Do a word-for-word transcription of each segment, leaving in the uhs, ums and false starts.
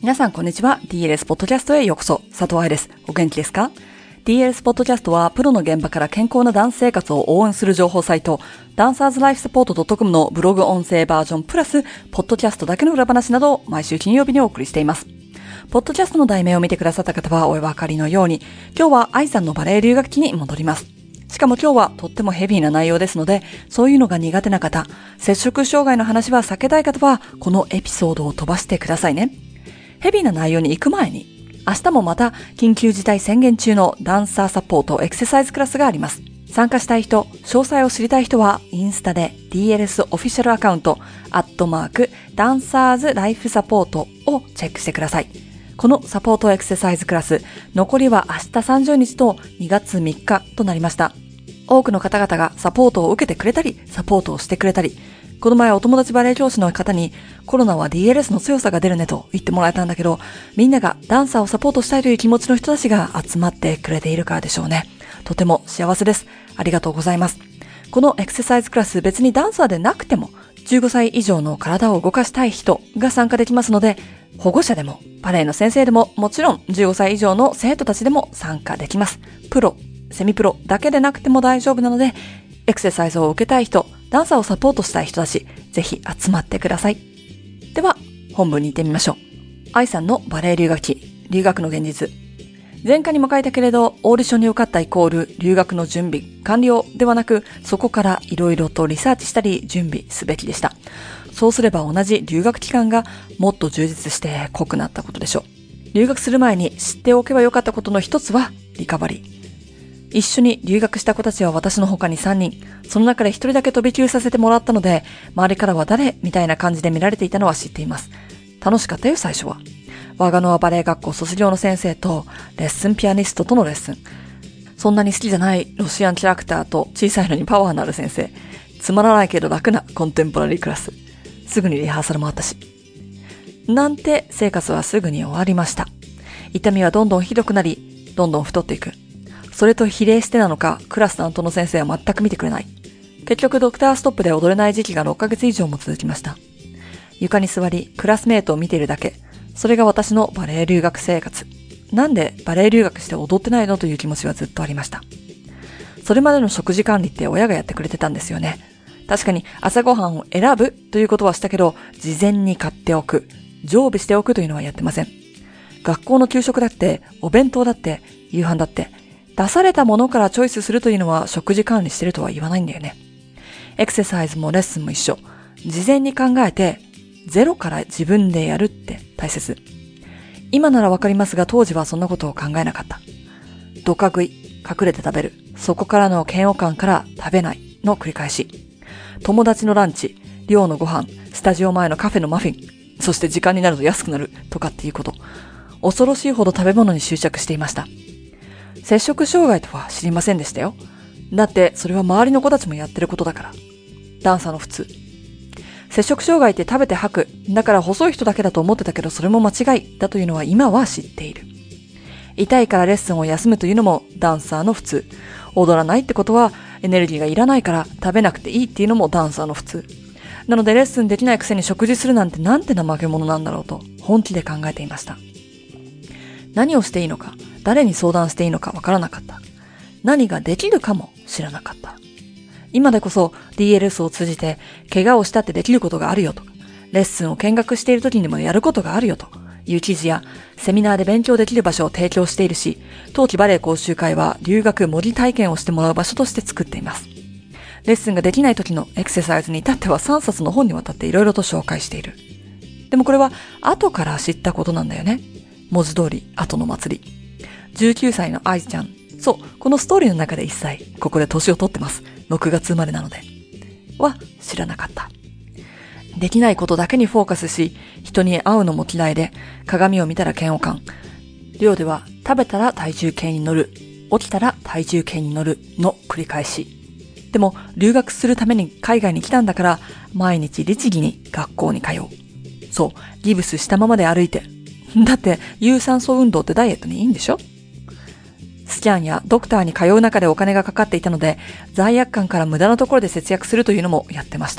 皆さんこんにちは。 ディーエルエス ポッドキャストへようこそ。佐藤愛です。お元気ですか？ ディーエルエス ポッドキャストはプロの現場から健康なダンス生活を応援する情報サイトダンサーズライフサポート .com のブログ音声バージョンプラスポッドキャストだけの裏話などを毎週金曜日にお送りしています。ポッドキャストの題名を見てくださった方はお分かりのように、今日は愛さんのバレエ留学期に戻ります。しかも今日はとってもヘビーな内容ですので、そういうのが苦手な方、摂食障害の話は避けたい方はこのエピソードを飛ばしてくださいね。ヘビーな内容に行く前に、明日もまた緊急事態宣言中のダンサーサポートエクササイズクラスがあります。参加したい人、詳細を知りたい人はインスタで ディーエルエス オフィシャルアカウントアットマークダンサーズライフサポートをチェックしてください。このサポートエクササイズクラス、残りは明日さんじゅうにちとにがつみっかとなりました。多くの方々がサポートを受けてくれたり、サポートをしてくれたり、この前お友達バレエ教師の方にコロナは ディーエルエス の強さが出るねと言ってもらえたんだけど、みんながダンサーをサポートしたいという気持ちの人たちが集まってくれているからでしょうね。とても幸せです。ありがとうございます。このエクササイズクラス、別にダンサーでなくてもじゅうごさい以上の体を動かしたい人が参加できますので、保護者でもバレエの先生でももちろんじゅうごさい以上の生徒たちでも参加できます。プロ、セミプロだけでなくても大丈夫なので、エクササイズを受けたい人、ダンサーをサポートしたい人たち、ぜひ集まってください。では、本文に行ってみましょう。愛さんのバレエ留学期、留学の現実。前回にも書いたけれど、オーディションに受かったイコール留学の準備完了ではなく、そこからいろいろとリサーチしたり準備すべきでした。そうすれば同じ留学期間がもっと充実して濃くなったことでしょう。留学する前に知っておけばよかったことの一つはリカバリー。一緒に留学した子たちは私の他にさんにん、その中でひとりだけ飛び級させてもらったので、周りからは誰みたいな感じで見られていたのは知っています。楽しかったよ、最初は。ワガノアバレエ学校卒業の先生とレッスンピアニストとのレッスン。そんなに好きじゃないロシアンキャラクターと小さいのにパワーのある先生。つまらないけど楽なコンテンポラリークラス。すぐにリハーサルもあったし。なんて生活はすぐに終わりました。痛みはどんどんひどくなり、どんどん太っていく。それと比例してなのか、クラス担当の先生は全く見てくれない。結局ドクターストップで踊れない時期がろっかげつ以上も続きました。床に座り、クラスメートを見ているだけ。それが私のバレエ留学生活。なんでバレエ留学して踊ってないのという気持ちはずっとありました。それまでの食事管理って親がやってくれてたんですよね。確かに朝ごはんを選ぶということはしたけど、事前に買っておく、常備しておくというのはやってません。学校の給食だって、お弁当だって、夕飯だって、出されたものからチョイスするというのは食事管理してるとは言わないんだよね。エクササイズもレッスンも一緒。事前に考えて、ゼロから自分でやるって大切。今ならわかりますが、当時はそんなことを考えなかった。ドカ食い、隠れて食べる、そこからの嫌悪感から食べないの繰り返し。友達のランチ、寮のご飯、スタジオ前のカフェのマフィン、そして時間になると安くなるとかっていうこと。恐ろしいほど食べ物に執着していました。摂食障害とは知りませんでしたよ。だってそれは周りの子たちもやってることだから。ダンサーの普通。摂食障害って食べて吐く。だから細い人だけだと思ってたけど、それも間違いだというのは今は知っている。痛いからレッスンを休むというのもダンサーの普通。踊らないってことはエネルギーがいらないから食べなくていいっていうのもダンサーの普通。なのでレッスンできないくせに食事するなんてなんて怠け者なんだろうと本気で考えていました。何をしていいのか、誰に相談していいのかわからなかった。何ができるかも知らなかった。今でこそ ディーエルエス を通じて怪我をしたってできることがあるよとか、レッスンを見学している時にもやることがあるよという記事やセミナーで勉強できる場所を提供しているし、冬季バレエ講習会は留学模擬体験をしてもらう場所として作っています。レッスンができない時のエクササイズに至ってはさんさつの本にわたっていろいろと紹介している。でもこれは後から知ったことなんだよね。文字通り後の祭り。じゅうきゅうさいの愛ちゃん。そう、このストーリーの中でいっさい、ここで年を取ってます。ろくがつ生まれなので。は、知らなかった。できないことだけにフォーカスし、人に会うのも嫌いで、鏡を見たら嫌悪感。寮では、食べたら体重計に乗る。起きたら体重計に乗るの繰り返し。でも、留学するために海外に来たんだから、毎日律儀に学校に通う。そう、ギブスしたままで歩いて。だって、有酸素運動ってダイエットにいいんでしょ？スキャンやドクターに通う中でお金がかかっていたので、罪悪感から無駄なところで節約するというのもやってました。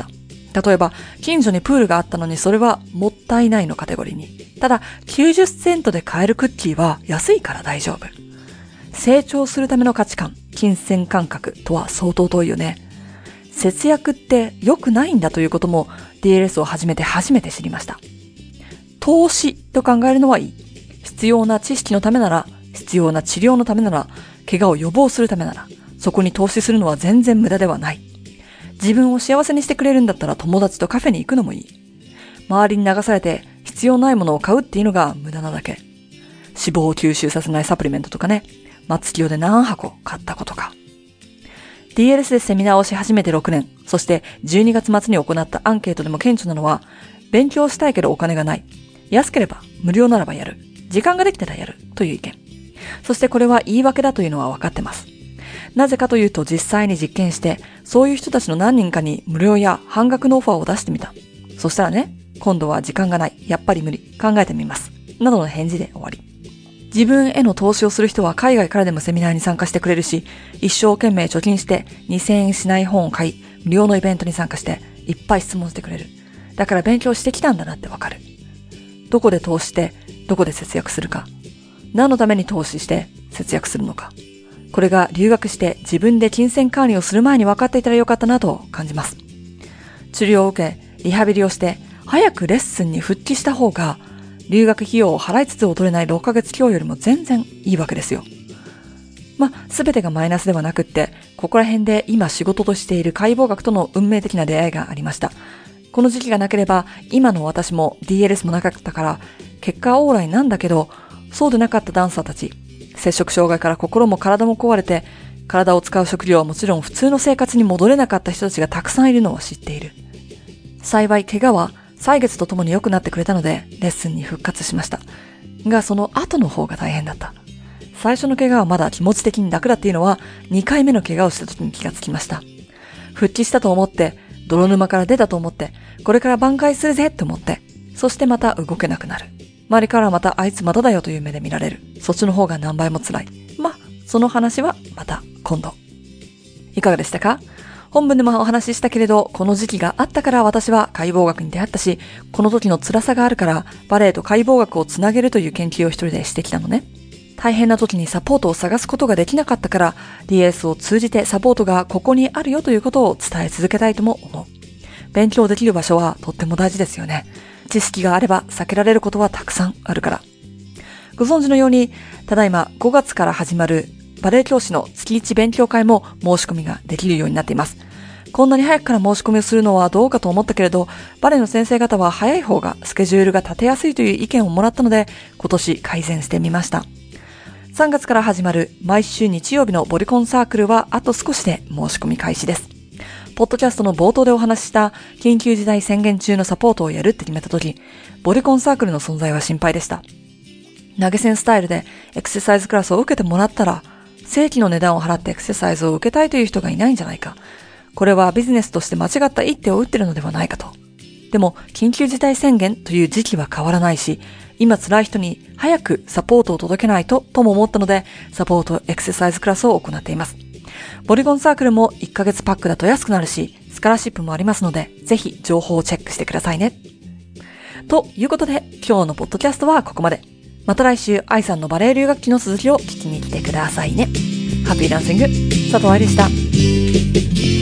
例えば、近所にプールがあったのにそれはもったいないのカテゴリーに。ただ、きゅうじゅっセントで買えるクッキーは安いから大丈夫。成長するための価値観、金銭感覚とは相当遠いよね。節約って良くないんだということも ディーエルエス を始めて初めて知りました。投資と考えるのはいい。必要な知識のためなら、必要な治療のためなら、怪我を予防するためなら、そこに投資するのは全然無駄ではない。自分を幸せにしてくれるんだったら友達とカフェに行くのもいい。周りに流されて必要ないものを買うっていうのが無駄なだけ。脂肪を吸収させないサプリメントとかね、松清で何箱買ったことか。ディーエルエス でセミナーをし始めてろくねん、そしてじゅうにがつ末に行ったアンケートでも顕著なのは、勉強したいけどお金がない。安ければ無料ならばやる。時間ができたらやるという意見。そしてこれは言い訳だというのは分かってます。なぜかというと実際に実験して、そういう人たちの何人かに無料や半額のオファーを出してみた。そしたらね、今度は時間がない。やっぱり無理。考えてみます。などの返事で終わり。自分への投資をする人は海外からでもセミナーに参加してくれるし、一生懸命貯金してにせんえんしない本を買い、無料のイベントに参加していっぱい質問してくれる。だから勉強してきたんだなってわかる。どこで投資して、どこで節約するか。何のために投資して節約するのか。これが留学して自分で金銭管理をする前に分かっていたらよかったなと感じます。治療を受け、リハビリをして、早くレッスンに復帰した方が、留学費用を払いつつ劣れないろっかげつ強よりも全然いいわけですよ。ま、すべてがマイナスではなくって、ここら辺で今仕事としている解剖学との運命的な出会いがありました。この時期がなければ、今の私も ディーエルエス もなかったから、結果オーライなんだけど、そうでなかったダンサーたち、摂食障害から心も体も壊れて、体を使う食料はもちろん普通の生活に戻れなかった人たちがたくさんいるのを知っている。幸い怪我は歳月とともに良くなってくれたので、レッスンに復活しました。が、その後の方が大変だった。最初の怪我はまだ気持ち的に楽だっていうのは、にかいめの怪我をした時に気がつきました。復帰したと思って、泥沼から出たと思って、これから挽回するぜって思って、そしてまた動けなくなる。周りからまたあいつまただよという目で見られる。そっちの方が何倍も辛い。ま、その話はまた今度。いかがでしたか？本文でもお話ししたけれど、この時期があったから私は解剖学に出会ったし、この時の辛さがあるからバレエと解剖学をつなげるという研究を一人でしてきたのね。大変な時にサポートを探すことができなかったから、ディーエルエス を通じてサポートがここにあるよということを伝え続けたいとも思う。勉強できる場所はとっても大事ですよね。知識があれば避けられることはたくさんあるから。ご存知のように、ただいまごがつから始まるバレエ教師の月いち勉強会も申し込みができるようになっています。こんなに早くから申し込みをするのはどうかと思ったけれど、バレエの先生方は早い方がスケジュールが立てやすいという意見をもらったので、今年改善してみました。さんがつから始まる毎週日曜日のボリコンサークルはあと少しで申し込み開始です。ポッドキャストの冒頭でお話しした緊急事態宣言中のサポートをやるって決めたとき、ボリコンサークルの存在は心配でした。投げ銭スタイルでエクササイズクラスを受けてもらったら、正規の値段を払ってエクササイズを受けたいという人がいないんじゃないか。これはビジネスとして間違った一手を打ってるのではないかと。でも、緊急事態宣言という時期は変わらないし、今辛い人に早くサポートを届けないと、とも思ったので、サポートエクササイズクラスを行っています。ボリコンサークルもいっかげつパックだと安くなるし、スカラシップもありますので、ぜひ情報をチェックしてくださいね。ということで、今日のポッドキャストはここまで。また来週、愛さんのバレエ留学期の続きを聞きに来てくださいね。ハッピーダンシング、佐藤愛でした。